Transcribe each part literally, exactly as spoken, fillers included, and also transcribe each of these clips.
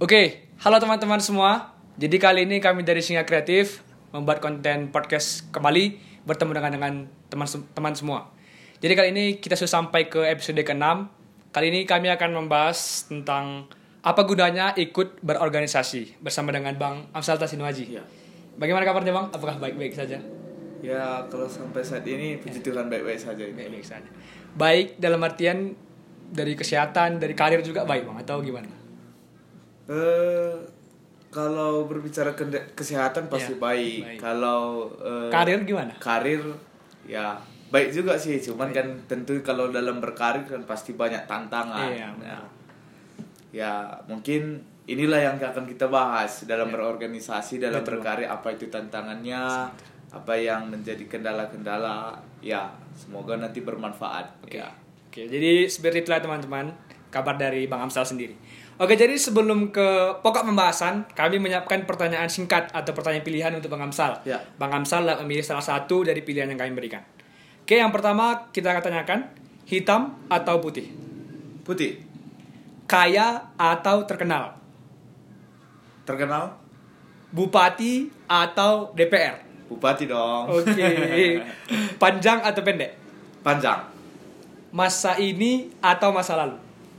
Oke, halo teman-teman semua. Jadi kali ini kami dari Singa Kreatif membuat konten podcast kembali bertemu dengan dengan teman-teman semua. Jadi kali ini kita sudah sampai ke episode keenam. Kali ini kami akan membahas tentang apa gunanya ikut berorganisasi bersama dengan Bang Amsal Tasinuaji. Ya. Bagaimana kabarnya Bang? Apakah baik-baik saja? Ya, kalau sampai saat ini puji Tuhan baik-baik saja ini. Baik-baik saja. Baik dalam artian dari kesehatan, dari karir juga baik Bang atau gimana? Eh kalau berbicara ke- kesehatan pasti Ya, baik. baik. Kalau eh, Karir gimana? Karir ya baik juga sih, cuman kan tentu kalau dalam berkarir kan pasti banyak tantangan. Iya, ya. ya, mungkin inilah yang akan kita bahas dalam Ya. berorganisasi, dalam Betul, berkarir, apa itu tantangannya, apa yang menjadi kendala-kendala. Ya, semoga nanti bermanfaat. Oke. Ya. Oke, jadi seperti itulah teman-teman kabar dari Bang Amsal sendiri. Oke, jadi sebelum ke pokok pembahasan, kami menyiapkan pertanyaan singkat atau pertanyaan pilihan untuk Bang Amsal. Ya. Bang Amsal memilih salah satu dari pilihan yang kami berikan. Oke, yang pertama kita akan tanyakan, hitam atau putih? Putih. Kaya atau terkenal? Terkenal? Bupati atau D P R? Bupati dong. Oke. Panjang atau pendek? Panjang. Masa ini atau masa lalu?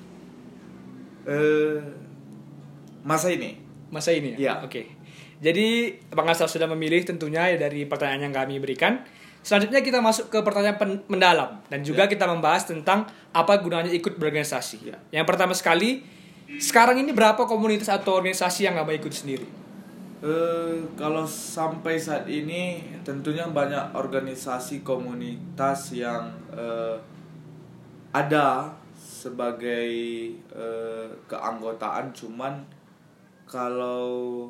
Eh, masa ini. Masa ini ya? Iya. Oke. Jadi Bang Asal sudah memilih tentunya dari pertanyaan yang kami berikan. Selanjutnya kita masuk ke pertanyaan pen- mendalam. Dan juga Ya. kita membahas tentang apa gunanya ikut berorganisasi. Ya. Yang pertama sekali, sekarang ini berapa komunitas atau organisasi yang Abang ikut sendiri? Eh, kalau sampai saat ini tentunya banyak organisasi komunitas yang eh, ada sebagai eh, keanggotaan, cuman kalau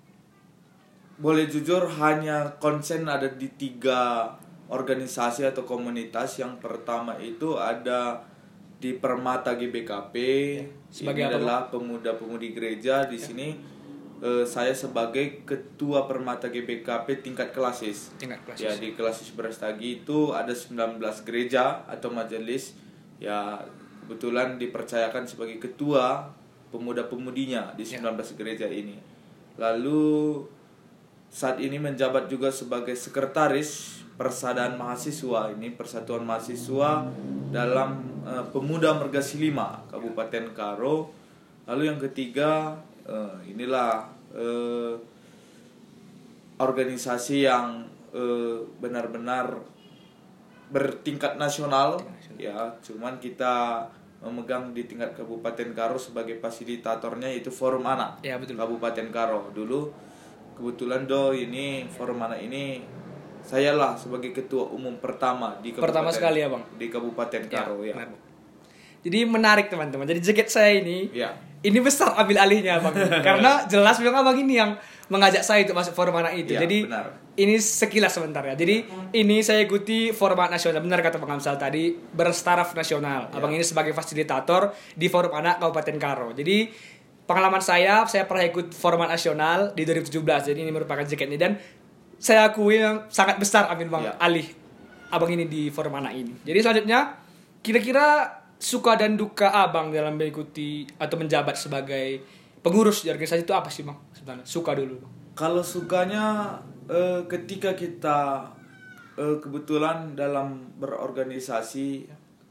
boleh jujur hanya konsen ada di tiga organisasi atau komunitas. Yang pertama itu ada di Permata G B K P. Sebagai Ini apa, adalah pemuda-pemudi gereja di sini. eh, saya sebagai ketua Permata G B K P tingkat klasis. Tingkat klasis. Ya, di klasis Brastagi itu ada sembilan belas gereja atau majelis. Ya, kebetulan dipercayakan sebagai ketua pemuda-pemudinya di sembilan belas gereja ini. Lalu saat ini menjabat juga sebagai sekretaris Persadaan Mahasiswa, ini Persatuan Mahasiswa dalam uh, Pemuda Mergasi lima Kabupaten Karo. Lalu yang ketiga uh, inilah uh, organisasi yang uh, benar-benar bertingkat nasional, ya, cuman kita memegang di tingkat Kabupaten Karo sebagai fasilitatornya, yaitu Forum Anak Ya, betul. Kabupaten Karo. Dulu kebetulan do ini Forum Anak ini saya lah sebagai ketua umum pertama di Kabupaten, Pertama sekali ya, Bang? di Kabupaten Karo. Ya, benar. Jadi menarik teman-teman. Jadi jaket saya ini, ya. ini besar ambil alihnya Bang. Karena jelas memang Abang ini yang mengajak saya untuk masuk Forum Anak itu. Ya, Jadi benar. ini sekilas sebentar ya. Jadi ini saya ikuti Forum Anak Nasional. Benar kata Bang Amsal tadi, berstaraf nasional. Ya. Abang ini sebagai fasilitator di Forum Anak Kabupaten Karo. Jadi pengalaman saya, saya pernah ikut Forum Anak Nasional di dua ribu tujuh belas. Jadi ini merupakan jaketnya, dan saya akui yang sangat besar ambil Bang Ya. alih Abang ini di Forum Anak ini. Jadi selanjutnya, kira-kira suka dan duka Abang dalam mengikuti atau menjabat sebagai pengurus di organisasi itu apa sih Bang? Sebenarnya suka dulu Bang. Kalau sukanya eh, ketika kita eh, kebetulan dalam berorganisasi,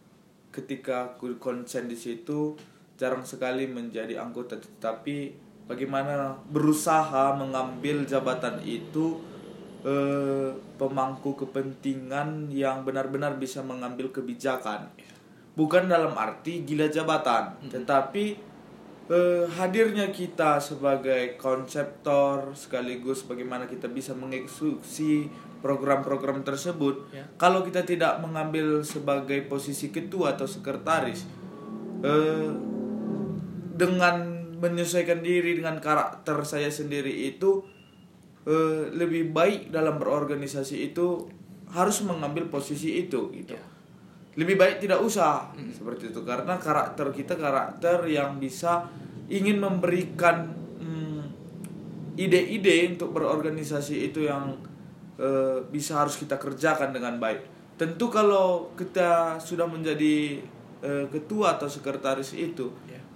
ketika konsen di situ jarang sekali menjadi anggota, tetapi bagaimana berusaha mengambil jabatan itu, eh, pemangku kepentingan yang benar-benar bisa mengambil kebijakan. Bukan dalam arti gila jabatan, hmm. tetapi eh, hadirnya kita sebagai konseptor sekaligus bagaimana kita bisa mengeksekusi program-program tersebut. Ya. Kalau kita tidak mengambil sebagai posisi ketua atau sekretaris, eh, dengan menyesuaikan diri dengan karakter saya sendiri itu, eh, lebih baik dalam berorganisasi itu harus mengambil posisi itu gitu. Ya. Lebih baik tidak usah hmm. seperti itu, karena karakter kita karakter yang bisa ingin memberikan hmm, ide-ide untuk berorganisasi itu yang e, bisa harus kita kerjakan dengan baik. Tentu kalau kita sudah menjadi e, ketua atau sekretaris itu, yeah.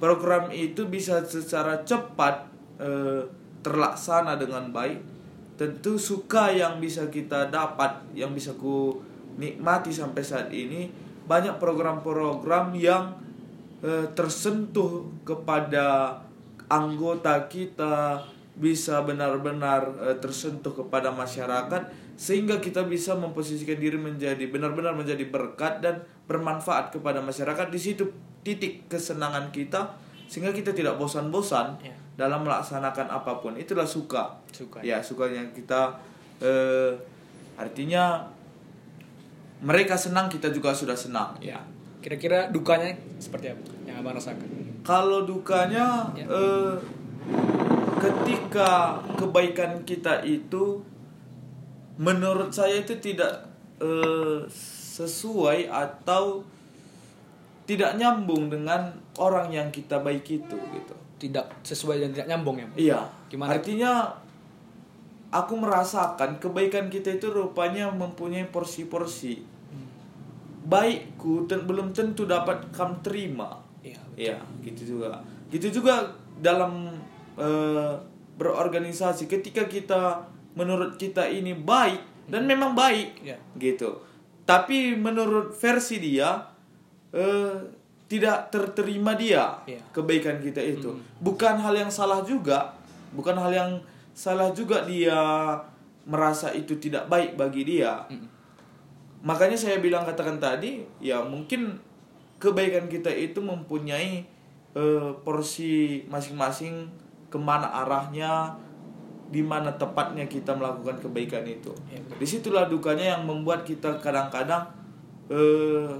program itu bisa secara cepat eh, terlaksana dengan baik, tentu suka yang bisa kita dapat, yang bisa ku nikmati sampai saat ini, banyak program-program yang eh, tersentuh kepada anggota kita, bisa benar-benar uh, tersentuh kepada masyarakat, sehingga kita bisa memposisikan diri menjadi benar-benar menjadi berkat dan bermanfaat kepada masyarakat. Di situ titik kesenangan kita, sehingga kita tidak bosan-bosan ya. Dalam melaksanakan apapun. Itulah suka, suka ya, sukanya kita uh, artinya mereka senang, kita juga sudah senang ya. Kira-kira dukanya seperti apa yang abang rasakan? Kalau dukanya ya. uh, ketika kebaikan kita itu menurut saya itu tidak uh, sesuai atau tidak nyambung dengan orang yang kita baik itu gitu. Tidak sesuai dan tidak nyambung ya? Iya. Gimana? Artinya aku merasakan kebaikan kita itu rupanya mempunyai porsi-porsi. Hmm. Baikku ten- belum tentu dapat kamu terima. Iya, iya, gitu juga. Gitu juga dalam Uh, berorganisasi, ketika kita menurut kita ini baik dan memang baik yeah. gitu, tapi menurut versi dia uh, tidak terterima dia yeah. kebaikan kita itu. mm. Bukan hal yang salah juga, bukan hal yang salah juga dia merasa itu tidak baik bagi dia. mm. Makanya saya bilang katakan tadi, ya mungkin kebaikan kita itu mempunyai uh, porsi masing-masing, kemana arahnya, di mana tepatnya kita melakukan kebaikan itu. Ya, disitulah dukanya yang membuat kita kadang-kadang eh,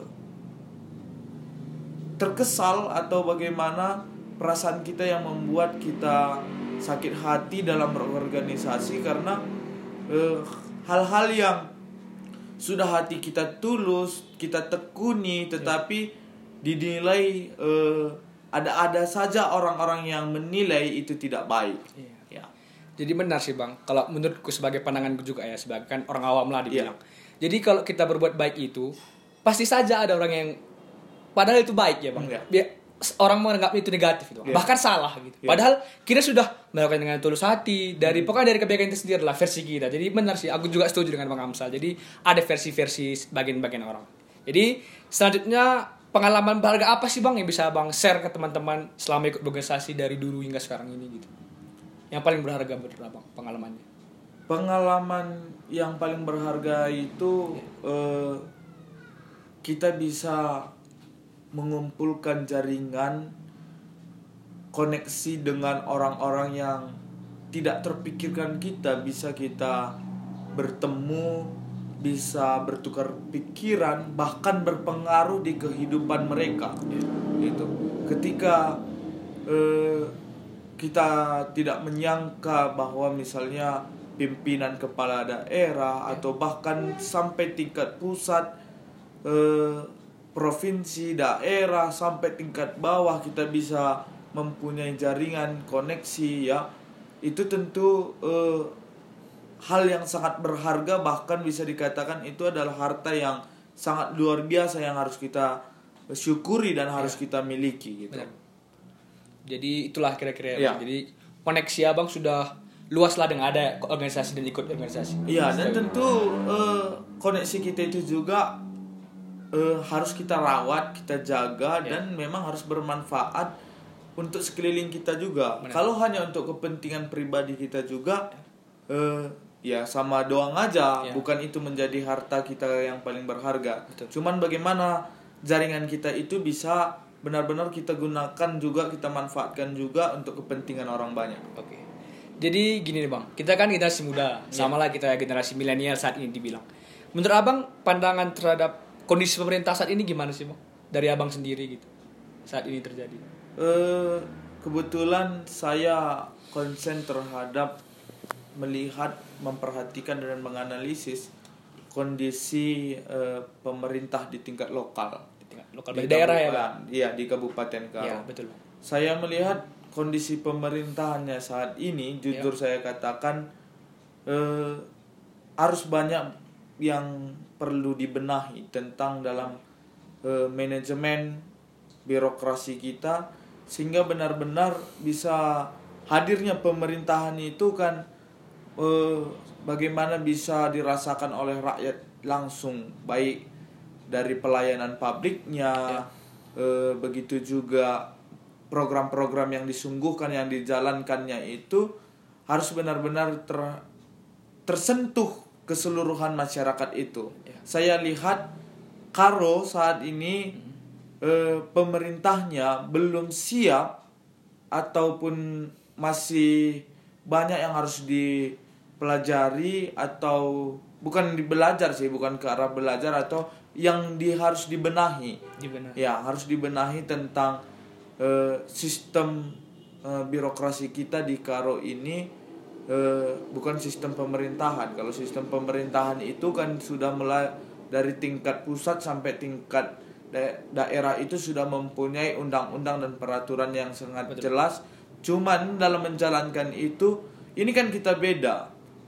terkesal, atau bagaimana perasaan kita yang membuat kita sakit hati dalam berorganisasi, karena eh, hal-hal yang sudah hati kita tulus, kita tekuni, tetapi ya. dinilai eh, ada-ada saja orang-orang yang menilai itu tidak baik. Iya. Ya. Jadi benar sih Bang, kalau menurutku sebagai pandanganku juga ya, sebagai kan orang awam lah dibilang. Ya. Jadi kalau kita berbuat baik itu, pasti saja ada orang yang padahal itu baik ya Bang. Ya. Dia, orang menganggap itu negatif itu, ya. Bahkan salah gitu. Ya. Padahal kita sudah melakukan dengan tulus hati, dari hmm. pokoknya dari kebaikan itu sendiri lah versi kita. Jadi benar sih, aku juga setuju dengan Bang Amsal. Jadi ada versi-versi bagian-bagian orang. Jadi selanjutnya, pengalaman berharga apa sih Bang yang bisa Bang share ke teman-teman selama ikut organisasi dari dulu hingga sekarang ini gitu? Yang paling berharga menurut Abang pengalamannya? Pengalaman yang paling berharga itu ya. eh, kita bisa mengumpulkan jaringan koneksi dengan orang-orang yang tidak terpikirkan kita bisa kita bertemu, bisa bertukar pikiran, bahkan berpengaruh di kehidupan mereka. Gitu. Ketika eh, kita tidak menyangka bahwa misalnya pimpinan kepala daerah atau bahkan sampai tingkat pusat, eh, provinsi, daerah, sampai tingkat bawah kita bisa mempunyai jaringan koneksi ya, itu tentu eh, hal yang sangat berharga, bahkan bisa dikatakan itu adalah harta yang sangat luar biasa yang harus kita syukuri dan harus ya. kita miliki gitu. Benar. Jadi itulah kira-kira ya. Jadi koneksi Abang sudah luas lah dengan ada organisasi dan ikut organisasi. Iya, dan tentu uh, koneksi kita itu juga uh, harus kita rawat, kita jaga ya. Dan memang harus bermanfaat untuk sekeliling kita juga. Benar. Kalau hanya untuk kepentingan pribadi kita juga uh, ya sama doang aja, ya. Bukan itu menjadi harta kita yang paling berharga. Betul. Cuman bagaimana jaringan kita itu bisa benar-benar kita gunakan juga, kita manfaatkan juga untuk kepentingan orang banyak. Oke. Jadi gini nih Bang, kita kan generasi muda, sama lah kita generasi milenial saat ini dibilang. Menurut Abang, pandangan terhadap kondisi pemerintah saat ini gimana sih Bang? Dari Abang sendiri gitu, saat ini terjadi. Uh, kebetulan saya konsen terhadap melihat, memperhatikan dan menganalisis kondisi uh, pemerintah di tingkat lokal. Lokal di daerah ya Bang? Iya, di Kabupaten Karo. Iya, betul. Saya melihat kondisi pemerintahannya saat ini, jujur ya. Saya katakan eh, harus banyak yang perlu dibenahi tentang dalam eh, manajemen birokrasi kita, sehingga benar-benar bisa hadirnya pemerintahan itu kan eh, bagaimana bisa dirasakan oleh rakyat langsung, baik dari pelayanan publiknya, ya. eh, begitu juga program-program yang disungguhkan, yang dijalankannya itu harus benar-benar ter, tersentuh keseluruhan masyarakat itu. Ya. Saya lihat Karo saat ini hmm. eh, pemerintahnya belum siap ataupun masih banyak yang harus dipelajari, atau bukan dibelajar sih, bukan ke arah belajar, atau yang di, harus dibenahi. dibenahi. Ya, harus dibenahi tentang uh, sistem uh, birokrasi kita di Karo ini, uh, bukan sistem pemerintahan. Kalau sistem pemerintahan itu kan sudah mulai dari tingkat pusat sampai tingkat da- daerah itu sudah mempunyai undang-undang dan peraturan yang sangat Betul. jelas. Cuman dalam menjalankan itu, ini kan kita beda.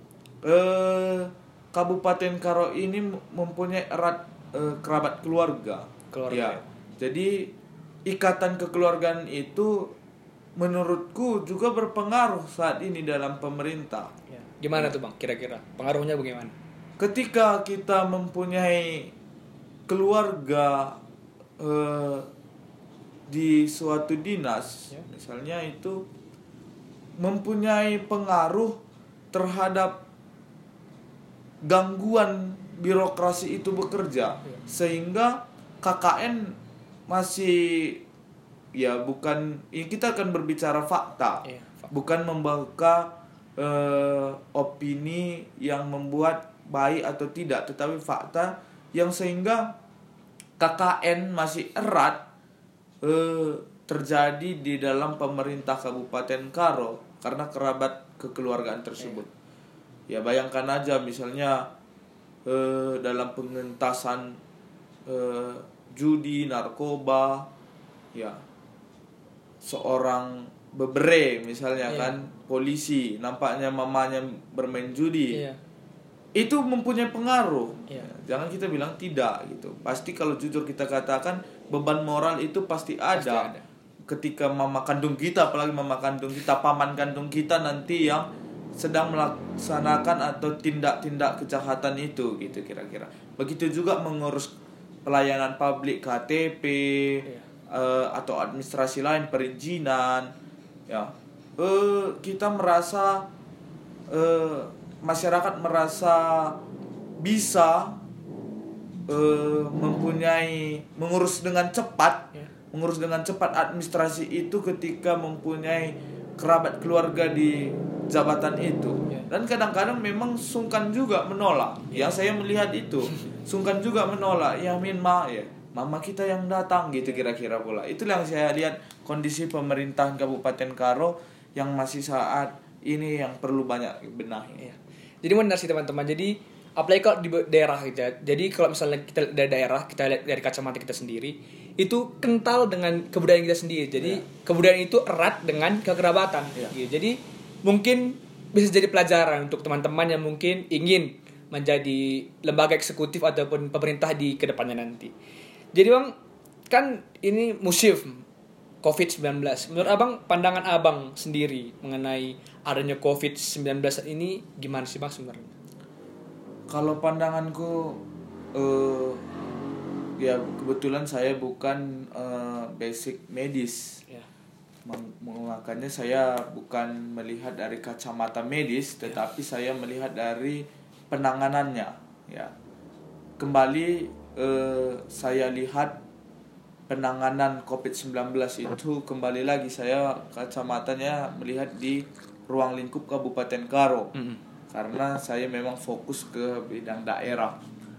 Eh, Kabupaten Karo ini mempunyai erat eh, kerabat keluarga. keluarga. Ya. Jadi ikatan kekeluargaan itu menurutku juga berpengaruh saat ini dalam pemerintah. Ya. Gimana ya. tuh Bang? Kira-kira pengaruhnya bagaimana? Ketika kita mempunyai keluarga eh, di suatu dinas, ya. misalnya itu mempunyai pengaruh terhadap gangguan birokrasi itu bekerja, ya. sehingga K K N masih ya bukan, ya kita akan berbicara fakta, ya, fakta. bukan membuka eh, opini yang membuat baik atau tidak, tetapi fakta yang sehingga K K N masih erat Eh, terjadi di dalam pemerintah Kabupaten Karo karena kerabat kekeluargaan tersebut. Ya bayangkan aja misalnya eh, dalam pengentasan eh, judi, narkoba, ya seorang bebere misalnya yeah. kan polisi nampaknya mamanya bermain judi. Yeah. Itu mempunyai pengaruh. Yeah. Jangan kita bilang tidak gitu. Pasti kalau jujur kita katakan beban moral itu pasti ada. Pasti ada. Ketika mama kandung kita, apalagi mama kandung kita, paman kandung kita nanti yang sedang melaksanakan atau tindak-tindak kejahatan itu gitu kira-kira. Begitu juga mengurus pelayanan publik, K T P, yeah. uh, atau administrasi lain, perizinan, ya. Uh, kita merasa uh, masyarakat merasa bisa uh, mempunyai mengurus dengan cepat, yeah. mengurus dengan cepat administrasi itu ketika mempunyai kerabat keluarga di jabatan itu, yeah. dan kadang-kadang memang sungkan juga menolak. Yeah. Yang saya melihat itu sungkan juga menolak. Ya min ma ya, mama kita yang datang gitu kira-kira pula. Itulah yang saya lihat kondisi pemerintahan Kabupaten Karo yang masih saat ini yang perlu banyak benahi. Yeah. Jadi benar sih teman-teman. Jadi apalagi kalau di daerah kita. Jadi kalau misalnya kita dari daerah, kita lihat dari kacamata kita sendiri, itu kental dengan kebudayaan kita sendiri. Jadi yeah. kebudayaan itu erat dengan kekerabatan. Yeah. Gitu. Jadi mungkin bisa jadi pelajaran untuk teman-teman yang mungkin ingin menjadi lembaga eksekutif ataupun pemerintah di kedepannya nanti. Jadi Bang, kan ini musim covid sembilan belas. Menurut Abang, pandangan Abang sendiri mengenai adanya covid sembilan belas ini gimana sih Bang sebenarnya? Kalau pandanganku, uh, ya kebetulan saya bukan uh, basic medis, ya. Makanya saya bukan melihat dari kacamata medis, tetapi ya. saya melihat dari penanganannya. Ya, kembali uh, saya lihat penanganan covid sembilan belas itu kembali lagi saya kacamatanya melihat di ruang lingkup Kabupaten Karo. Mm-hmm. Karena saya memang fokus ke bidang daerah.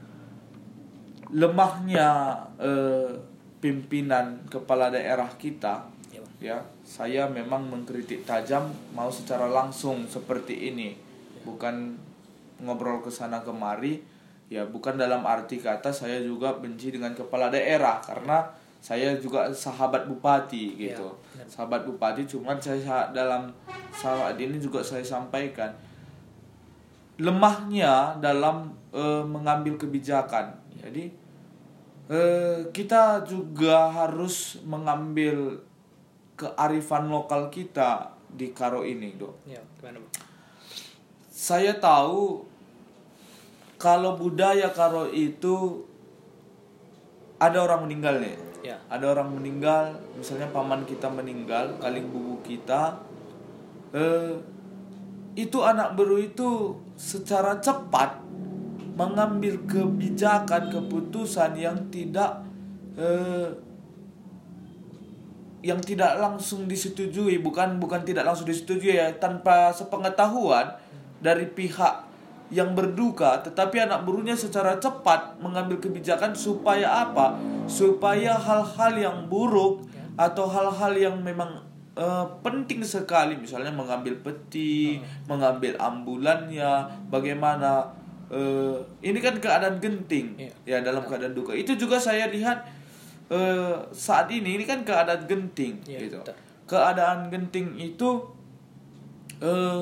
Lemahnya eh, pimpinan kepala daerah kita, ya, ya, saya memang mengkritik tajam mau secara langsung seperti ini, ya. Bukan ngobrol ke sana kemari, ya bukan dalam arti kata saya juga benci dengan kepala daerah karena saya juga sahabat bupati gitu, ya, sahabat bupati. Cuman saya dalam saat ini juga saya sampaikan lemahnya dalam e, mengambil kebijakan. Jadi e, kita juga harus mengambil kearifan lokal kita di Karo ini, Dok. Ya, gimana, Bang? Saya tahu kalau budaya Karo itu ada orang meninggal nih. Ya. Ada orang meninggal, misalnya paman kita meninggal, kaling bubu kita, eh, itu anak baru itu secara cepat mengambil kebijakan, keputusan yang tidak eh, yang tidak langsung disetujui, bukan bukan tidak langsung disetujui ya, tanpa sepengetahuan dari pihak yang berduka, tetapi anak burunya secara cepat mengambil kebijakan supaya apa? Supaya hal-hal yang buruk atau hal-hal yang memang uh, penting sekali, misalnya mengambil peti, hmm. mengambil ambulannya, bagaimana uh, ini kan keadaan genting yeah. ya dalam keadaan duka. Itu juga saya lihat Uh, saat ini ini kan keadaan genting ya, gitu. Betul. Keadaan genting itu uh,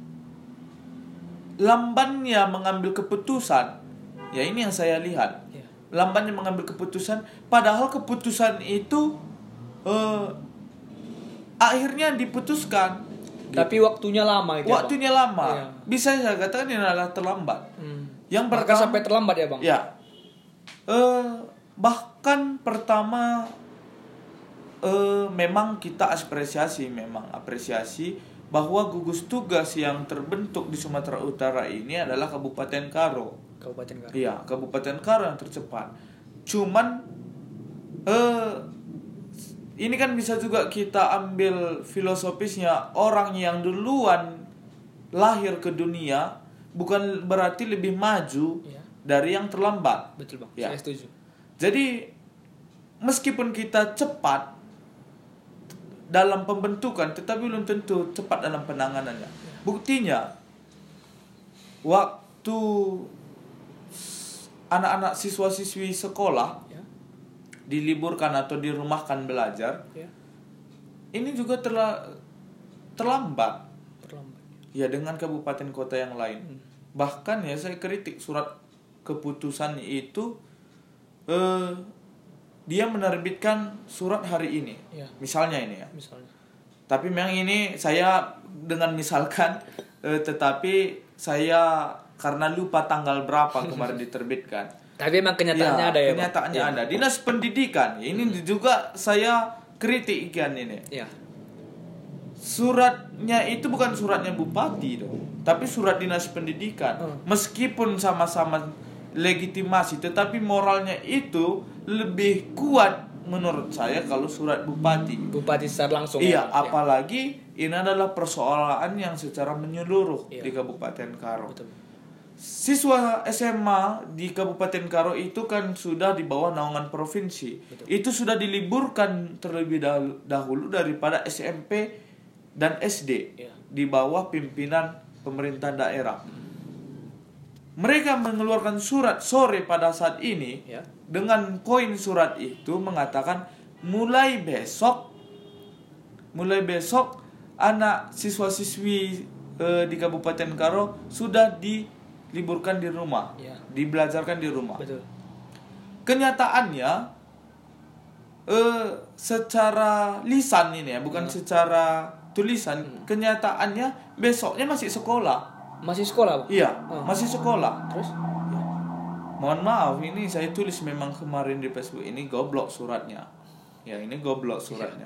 lambannya mengambil keputusan. Ya ini yang saya lihat. Ya. Lambannya mengambil keputusan, padahal keputusan itu uh, akhirnya diputuskan. Tapi gitu. waktunya lama itu. Waktunya ya, lama. Ya. Bisa saya katakan ini adalah terlambat. Hmm. Yang Bahkan pertama sampai terlambat ya, Bang. Ya. Uh, Bahkan pertama eh, memang kita apresiasi, memang apresiasi bahwa gugus tugas yang terbentuk di Sumatera Utara ini adalah Kabupaten Karo. Kabupaten Karo. Iya, Kabupaten Karo yang tercepat. Cuman eh, ini kan bisa juga kita ambil filosofisnya, orang yang duluan lahir ke dunia bukan berarti lebih maju ya. dari yang terlambat. Betul, Bang. Ya. Saya setuju. Jadi meskipun kita cepat dalam pembentukan, tetapi belum tentu cepat dalam penanganannya. Buktinya, waktu anak-anak siswa-siswi sekolah ya. diliburkan atau dirumahkan belajar, ya. ini juga terla- terlambat. Terlambat. Ya dengan kabupaten kota yang lain. Hmm. Bahkan ya saya kritik surat keputusan itu. Uh, dia menerbitkan surat hari ini, ya. misalnya ini ya. Misalnya. Tapi memang ini saya dengan misalkan, uh, tetapi saya karena lupa tanggal berapa kemarin diterbitkan. Tapi memang kenyataannya ya, ada ya. Kenyataannya ya. ada. Dinas Pendidikan, ini hmm. juga saya kritik ikan ini. Ya. Suratnya itu bukan suratnya bupati dong, tapi surat Dinas Pendidikan. Hmm. Meskipun sama-sama legitimasi, tetapi moralnya itu lebih kuat menurut saya kalau surat bupati. Bupati secara langsung. Iya, ya. apalagi ini adalah persoalan yang secara menyeluruh ya. di Kabupaten Karo. Betul. Siswa S M A di Kabupaten Karo itu kan sudah di bawah naungan provinsi. Betul. Itu sudah diliburkan terlebih dahulu daripada S M P dan S D ya. di bawah pimpinan pemerintah daerah. Hmm. Mereka mengeluarkan surat sore pada saat ini ya. dengan poin surat itu mengatakan mulai besok mulai besok anak siswa-siswi e, di Kabupaten Karo sudah diliburkan di rumah, ya. dibelajarkan di rumah. Betul. Kenyataannya e, secara lisan ini ya, bukan ya. secara tulisan, hmm. kenyataannya besoknya masih sekolah. Masih sekolah, Bang? Iya, oh. masih sekolah. Terus? Ya. Mohon maaf, ini saya tulis memang kemarin di Facebook, ini goblok suratnya. Ya, ini goblok suratnya.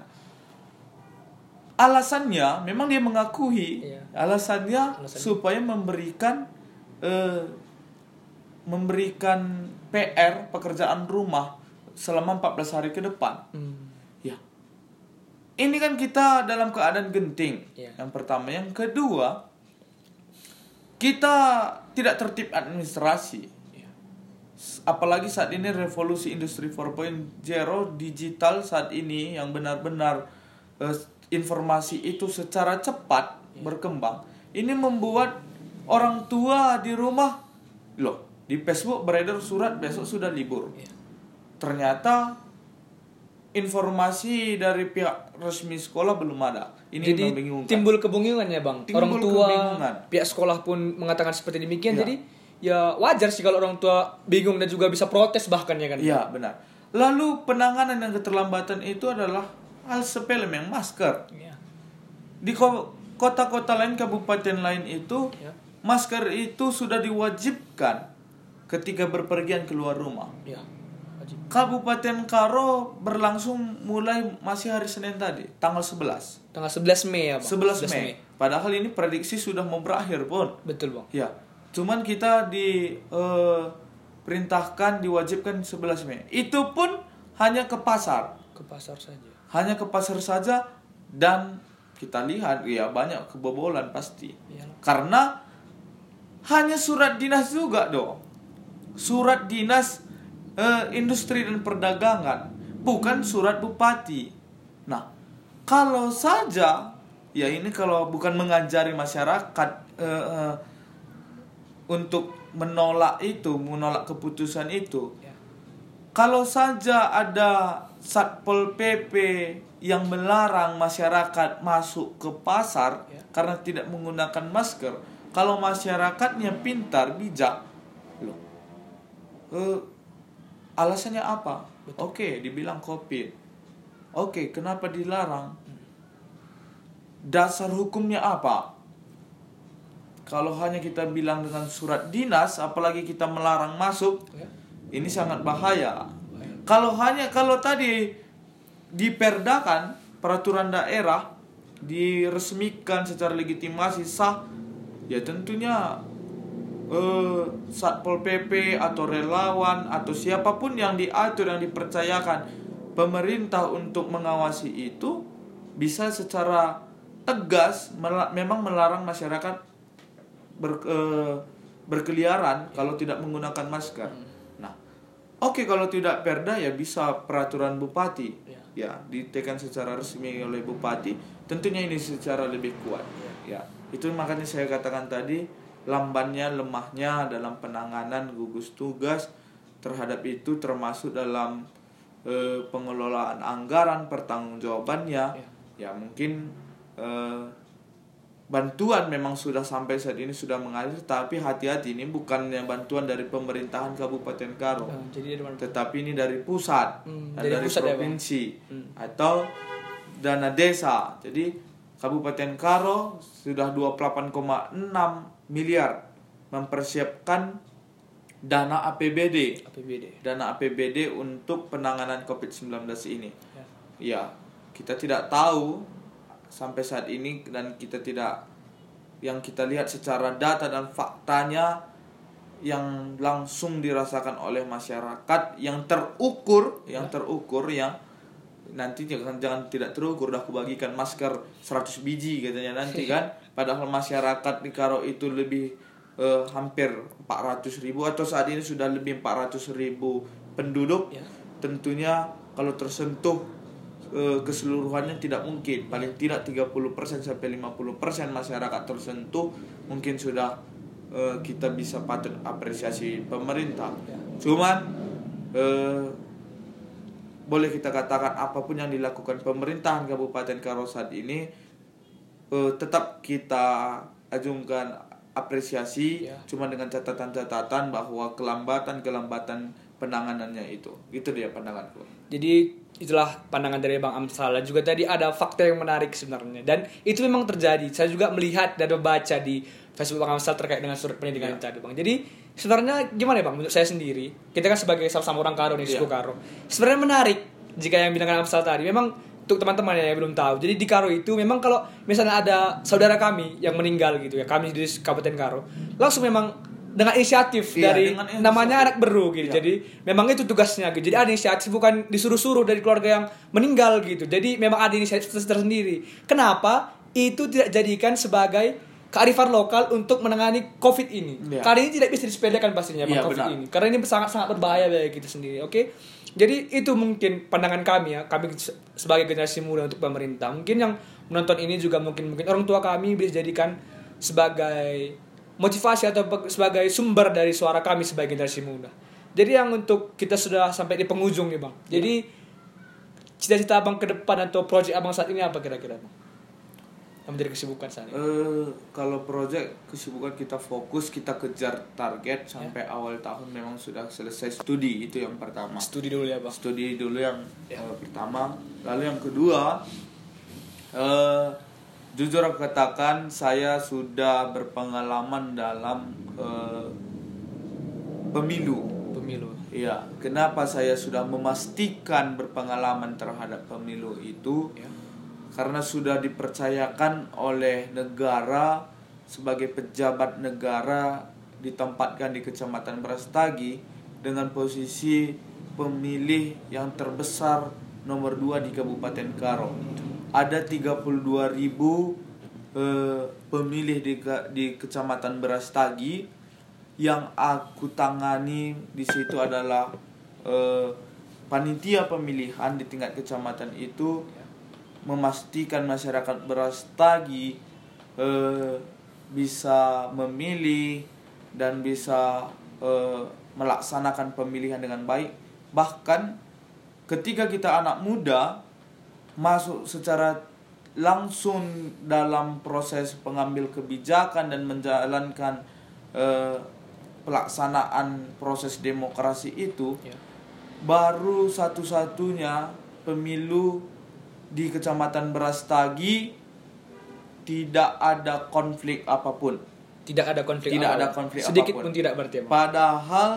Alasannya, memang dia mengakui. Iya. Alasannya, Alasannya supaya memberikan eh, memberikan P R, pekerjaan rumah selama empat belas hari ke depan. Hmm. Ya. Ini kan kita dalam keadaan genting. Iya. Yang pertama, yang kedua, kita tidak tertib administrasi. Apalagi saat ini revolusi industri empat titik nol digital saat ini yang benar-benar uh, informasi itu secara cepat yeah. berkembang. Ini membuat orang tua di rumah, loh, di Facebook beredar surat besok sudah libur. Yeah. Ternyata informasi dari pihak resmi sekolah belum ada. Ini jadi timbul kebingungan ya, Bang. Timbul orang tua, kebingungan. Pihak sekolah pun mengatakan seperti demikian. Ya. Jadi ya wajar sih kalau orang tua bingung dan juga bisa protes bahkan ya kan. Iya, benar. Lalu penanganan yang keterlambatan itu adalah hal sepele memang masker. Ya. Di ko- kota-kota lain, kabupaten lain itu Ya. masker itu sudah diwajibkan ketika berpergian keluar rumah. Ya. Wajib. Kabupaten Karo berlangsung mulai masih hari Senin tadi, tanggal sebelas. Tanggal sebelas Mei ya, Bang. sebelas Mei. Padahal ini prediksi sudah mau berakhir, pun. Betul, Bang. Ya. Cuman kita di eh, perintahkan diwajibkan sebelas Mei. Itu pun hanya ke pasar. Ke pasar saja. Hanya ke pasar saja, dan kita lihat ya banyak kebobolan pasti. Iyalah. Karena hanya surat dinas juga dong. Surat dinas eh, industri dan perdagangan, bukan surat bupati. Nah, kalau saja ya ini kalau bukan mengajari masyarakat eh, eh, untuk menolak itu, menolak keputusan itu. Ya. Kalau saja ada Satpol P P yang melarang masyarakat masuk ke pasar Ya. karena tidak menggunakan masker, kalau masyarakatnya pintar, bijak, loh, eh, alasannya apa? Betul. Oke, dibilang COVID. Oke, kenapa dilarang? Dasar hukumnya apa? Kalau hanya kita bilang dengan surat dinas, apalagi kita melarang masuk, Ya. ini sangat bahaya. Kalau hanya kalau tadi diperdakan peraturan daerah, diresmikan secara legitimasi sah, ya tentunya eh, Satpol P P atau relawan atau siapapun yang diatur, yang dipercayakan pemerintah untuk mengawasi itu, bisa secara tegas mel- memang melarang masyarakat ber, eh, berkeliaran kalau tidak menggunakan masker. Nah, oke, kalau tidak perda ya bisa peraturan bupati. Ya. Ya, ditekan secara resmi oleh bupati. Tentunya ini secara lebih kuat. Ya, itu makanya saya katakan tadi lambannya, lemahnya dalam penanganan gugus tugas terhadap itu, termasuk dalam eh, pengelolaan anggaran, pertanggungjawabannya. Ya. Ya, mungkin eh, bantuan memang sudah sampai saat ini sudah mengalir, tapi hati-hati, ini bukannya bantuan dari pemerintahan Kabupaten Karo, Nah, jadi dari mana? tetapi ini dari pusat Hmm, dan dari dari pusat ya, Bang? provinsi Hmm. atau dana desa. Jadi Kabupaten Karo sudah dua puluh delapan koma enam miliar mempersiapkan dana A P B D. A P B D. Dana A P B D untuk penanganan covid sembilan belas ini. Ya. Ya, kita tidak tahu sampai saat ini, dan kita tidak, yang kita lihat secara data dan faktanya yang langsung dirasakan oleh masyarakat, yang terukur, yang terukur yang nanti jangan jangan tidak terukur, udah aku bagikan masker seratus biji katanya nanti kan, padahal masyarakat di Karo itu lebih eh, hampir empat ratus ribu, atau saat ini sudah lebih empat ratus ribu penduduk. Ya. Tentunya kalau tersentuh e, keseluruhannya tidak mungkin, paling tidak tiga puluh persen sampai lima puluh persen masyarakat tersentuh, mungkin sudah e, kita bisa patut apresiasi pemerintah. Ya. Cuman e, boleh kita katakan apapun yang dilakukan pemerintahan Kabupaten Karo saat ini, e, tetap kita ajungkan apresiasi, Ya. cuma dengan catatan-catatan bahwa kelambatan-kelambatan penanganannya itu. Itu dia pandanganku. Jadi itulah pandangan dari Bang Amsal. Juga tadi ada fakta yang menarik sebenarnya, dan itu memang terjadi. Saya juga melihat dan membaca di Facebook Bang Amsal terkait dengan surat pendidikan Ya. tadi, Bang. Jadi sebenarnya gimana ya, Bang? Menurut saya sendiri, kita kan sebagai sama-sama orang Karo nih, Ya. suku Karo. Sebenarnya menarik jika yang bilang Amsal tadi. Memang untuk teman-teman yang belum tahu, jadi di Karo itu memang kalau misalnya ada saudara kami yang meninggal gitu ya, kami di Kabupaten Karo, langsung memang dengan inisiatif Iya, dari dengan inisiatif. namanya anak beru gitu. Iya. Jadi memang itu tugasnya gitu. Jadi ada inisiatif, bukan disuruh-suruh dari keluarga yang meninggal gitu. Jadi memang ada inisiatif tersendiri. Kenapa? Itu tidak jadikan sebagai kearifan lokal untuk menangani COVID ini. Iya. Karena ini tidak bisa disepelekan pastinya, Bang, Iya, COVID benar. ini. Karena ini sangat-sangat berbahaya bagi kita sendiri. Oke. Jadi itu mungkin pandangan kami ya, kami se- sebagai generasi muda untuk pemerintah. Mungkin yang menonton ini juga mungkin mungkin orang tua kami bisa jadikan sebagai motivasi atau sebagai sumber dari suara kami sebagai generasi muda. Jadi yang untuk kita sudah sampai di penghujung nih, Bang. Jadi cita-cita Abang ke depan atau proyek Abang saat ini apa kira-kira, Bang? Yang menjadi kesibukan saat ini? Uh, kalau project kesibukan kita fokus, kita kejar target sampai ya. Awal tahun memang sudah selesai studi, itu yang pertama. Studi dulu ya Bang? Studi dulu yang ya. uh, pertama. Lalu yang kedua, uh, jujur aku katakan saya sudah berpengalaman dalam uh, pemilu. Pemilu. Iya, kenapa saya sudah memastikan berpengalaman terhadap pemilu itu? Ya. Karena sudah dipercayakan oleh negara sebagai pejabat negara, ditempatkan di Kecamatan Brastagi dengan posisi pemilih yang terbesar nomor dua di Kabupaten Karo. Ada tiga puluh dua ribu eh, pemilih di, di Kecamatan Brastagi. Yang aku tangani di situ adalah eh, panitia pemilihan di tingkat kecamatan itu, memastikan masyarakat Brastagi eh, bisa memilih dan bisa eh, melaksanakan pemilihan dengan baik. Bahkan ketika kita anak muda masuk secara langsung dalam proses pengambil kebijakan dan menjalankan eh, pelaksanaan proses demokrasi itu, ya. Baru satu-satunya pemilu di Kecamatan Brastagi tidak ada konflik apapun. Tidak ada konflik. Tidak apapun. ada konflik sedikit apapun. Pun tidak berarti. Emang. Padahal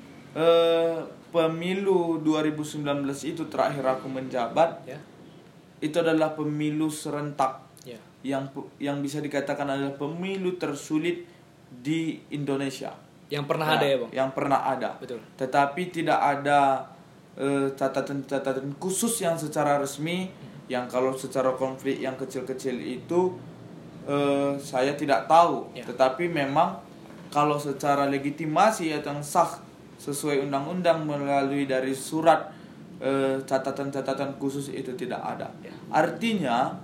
eh, pemilu dua ribu sembilan belas itu terakhir aku menjabat, ya. Itu adalah pemilu serentak, ya. Yang yang bisa dikatakan adalah pemilu tersulit di Indonesia. Yang pernah nah, ada ya Bang? Yang pernah ada. Betul. Tetapi tidak ada uh, catatan-catatan khusus yang secara resmi, hmm. yang kalau secara konflik yang kecil-kecil itu uh, saya tidak tahu. Ya. Tetapi memang kalau secara legitimasi atau yang sah sesuai undang-undang melalui dari surat uh, catatan-catatan khusus itu tidak ada. Ya. Artinya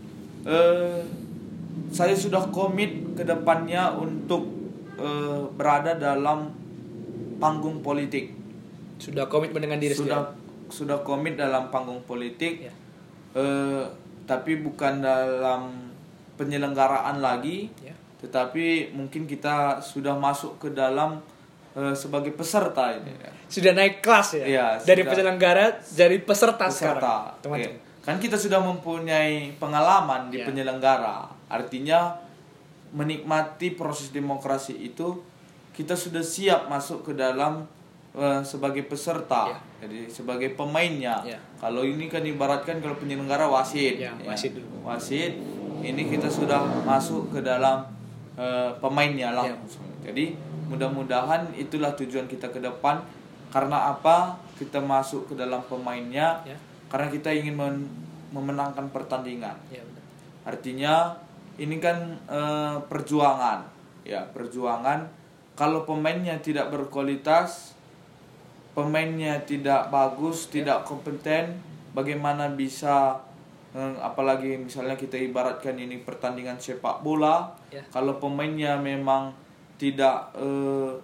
uh, saya sudah komit ke depannya untuk Uh, berada dalam panggung politik. Sudah komitmen dengan diri sudah sendiri. Sudah komit dalam panggung politik, ya. uh, tapi bukan dalam penyelenggaraan lagi, ya. Tetapi mungkin kita sudah masuk ke dalam uh, sebagai peserta ini. Ya. Sudah naik kelas ya, ya dari sudah, penyelenggara jadi peserta, peserta sekarang, teman-teman. Ya. Kan kita sudah mempunyai pengalaman di ya. penyelenggara, artinya menikmati proses demokrasi itu kita sudah siap masuk ke dalam uh, sebagai peserta, ya. Jadi sebagai pemainnya. Ya. Kalau ini kan ibaratkan kalau penyelenggara wasit, ya, ya. wasit dulu. Wasit, ini kita sudah masuk ke dalam uh, pemainnya langsung. Ya. Jadi mudah-mudahan itulah tujuan kita ke depan. Karena apa? Kita masuk ke dalam pemainnya, ya. Karena kita ingin men- memenangkan pertandingan. Ya, benar. Artinya ini kan e, perjuangan, ya perjuangan. Kalau pemainnya tidak berkualitas, pemainnya tidak bagus, ya. Tidak kompeten, bagaimana bisa? E, apalagi misalnya kita ibaratkan ini pertandingan sepak bola, ya. Kalau pemainnya memang tidak e,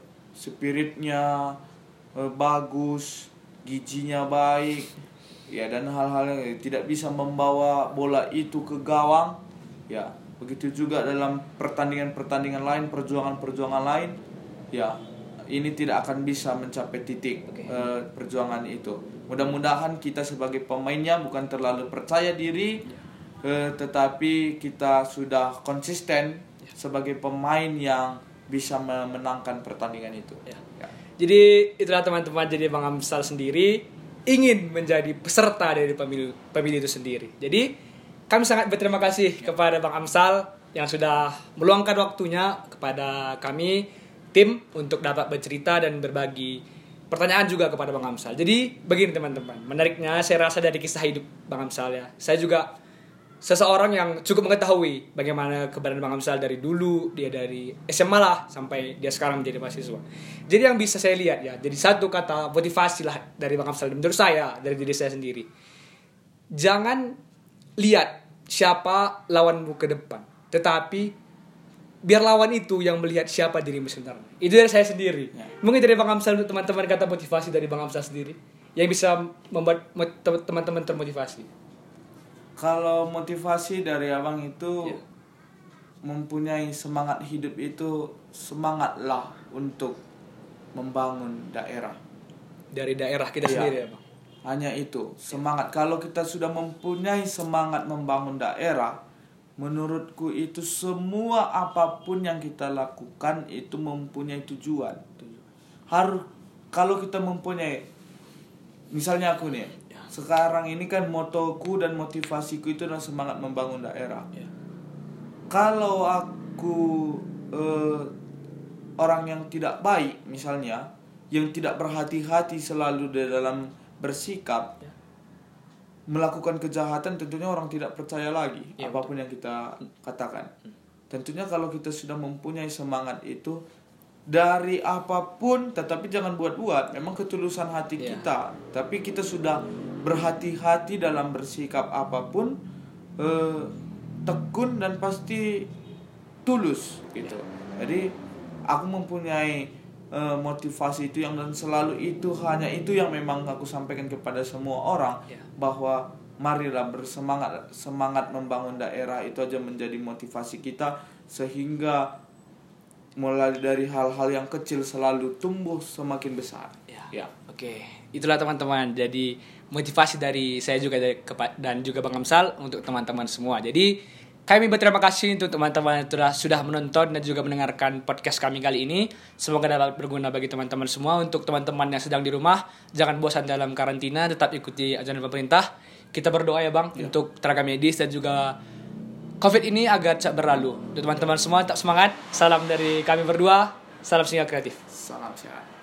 spiritnya e, bagus, gizinya baik, ya dan hal-hal yang tidak bisa membawa bola itu ke gawang, ya. Begitu juga dalam pertandingan-pertandingan lain, perjuangan-perjuangan lain, ya ini tidak akan bisa mencapai titik okay. uh, perjuangan itu. Mudah-mudahan kita sebagai pemainnya bukan terlalu percaya diri, yeah. uh, tetapi kita sudah konsisten yeah. sebagai pemain yang bisa memenangkan pertandingan itu. Yeah. Ya. Jadi itulah teman-teman, jadi Bang Amsal sendiri ingin menjadi peserta dari pemilu pemilu itu sendiri. Jadi kami sangat berterima kasih kepada Bang Amsal yang sudah meluangkan waktunya kepada kami tim untuk dapat bercerita dan berbagi pertanyaan juga kepada Bang Amsal. Jadi begini teman-teman, menariknya saya rasa dari kisah hidup Bang Amsal ya. Saya juga seseorang yang cukup mengetahui bagaimana keberadaan Bang Amsal dari dulu, dia dari S M A lah sampai dia sekarang menjadi mahasiswa. Jadi yang bisa saya lihat ya, jadi satu kata motivasi lah dari Bang Amsal menurut saya, dari diri saya sendiri. Jangan lihat siapa lawanmu ke depan, tetapi biar lawan itu yang melihat siapa dirimu sebenarnya. Itu dari saya sendiri. Ya. Mungkin dari Bang Amsal untuk teman-teman kata motivasi dari Bang Amsal sendiri yang bisa membuat teman-teman termotivasi. Kalau motivasi dari abang itu, ya. mempunyai semangat hidup itu, semangatlah untuk membangun daerah. Dari daerah kita Iya. sendiri ya Bang. Hanya itu, semangat. Kalau kita sudah mempunyai semangat membangun daerah, menurutku itu semua apapun yang kita lakukan itu mempunyai tujuan. Harus, kalau kita mempunyai, misalnya aku nih, Ya. sekarang ini kan motoku dan motivasiku itu adalah semangat membangun daerah. Ya. Kalau aku eh, orang yang tidak baik misalnya, yang tidak berhati-hati selalu di dalam bersikap, Ya. melakukan kejahatan, tentunya orang tidak percaya lagi Ya, apapun yang kita katakan. Tentunya kalau kita sudah mempunyai semangat itu, dari apapun, tetapi jangan buat-buat, memang ketulusan hati Ya. kita, tapi kita sudah berhati-hati dalam bersikap apapun, eh, tekun dan pasti tulus gitu. Jadi aku mempunyai uh, motivasi itu yang, dan selalu itu, hanya itu yang memang aku sampaikan kepada semua orang, Ya. bahwa marilah bersemangat, semangat membangun daerah itu aja menjadi motivasi kita, sehingga mulai dari hal-hal yang kecil selalu tumbuh semakin besar. Ya. Oke, itulah teman-teman. Jadi motivasi dari saya juga dari- kepa- dan juga Bang Amsal untuk teman-teman semua. Jadi kami berterima kasih untuk teman-teman yang sudah sudah menonton dan juga mendengarkan podcast kami kali ini. Semoga dapat berguna bagi teman-teman semua. Untuk teman-teman yang sedang di rumah, jangan bosan dalam karantina, tetap ikuti anjuran pemerintah. Kita berdoa ya Bang, Ya. untuk tenaga medis dan juga COVID ini agar cepat berlalu. Untuk teman-teman semua tetap semangat. Salam dari kami berdua. Salam Singa Kreatif. Salam sehat.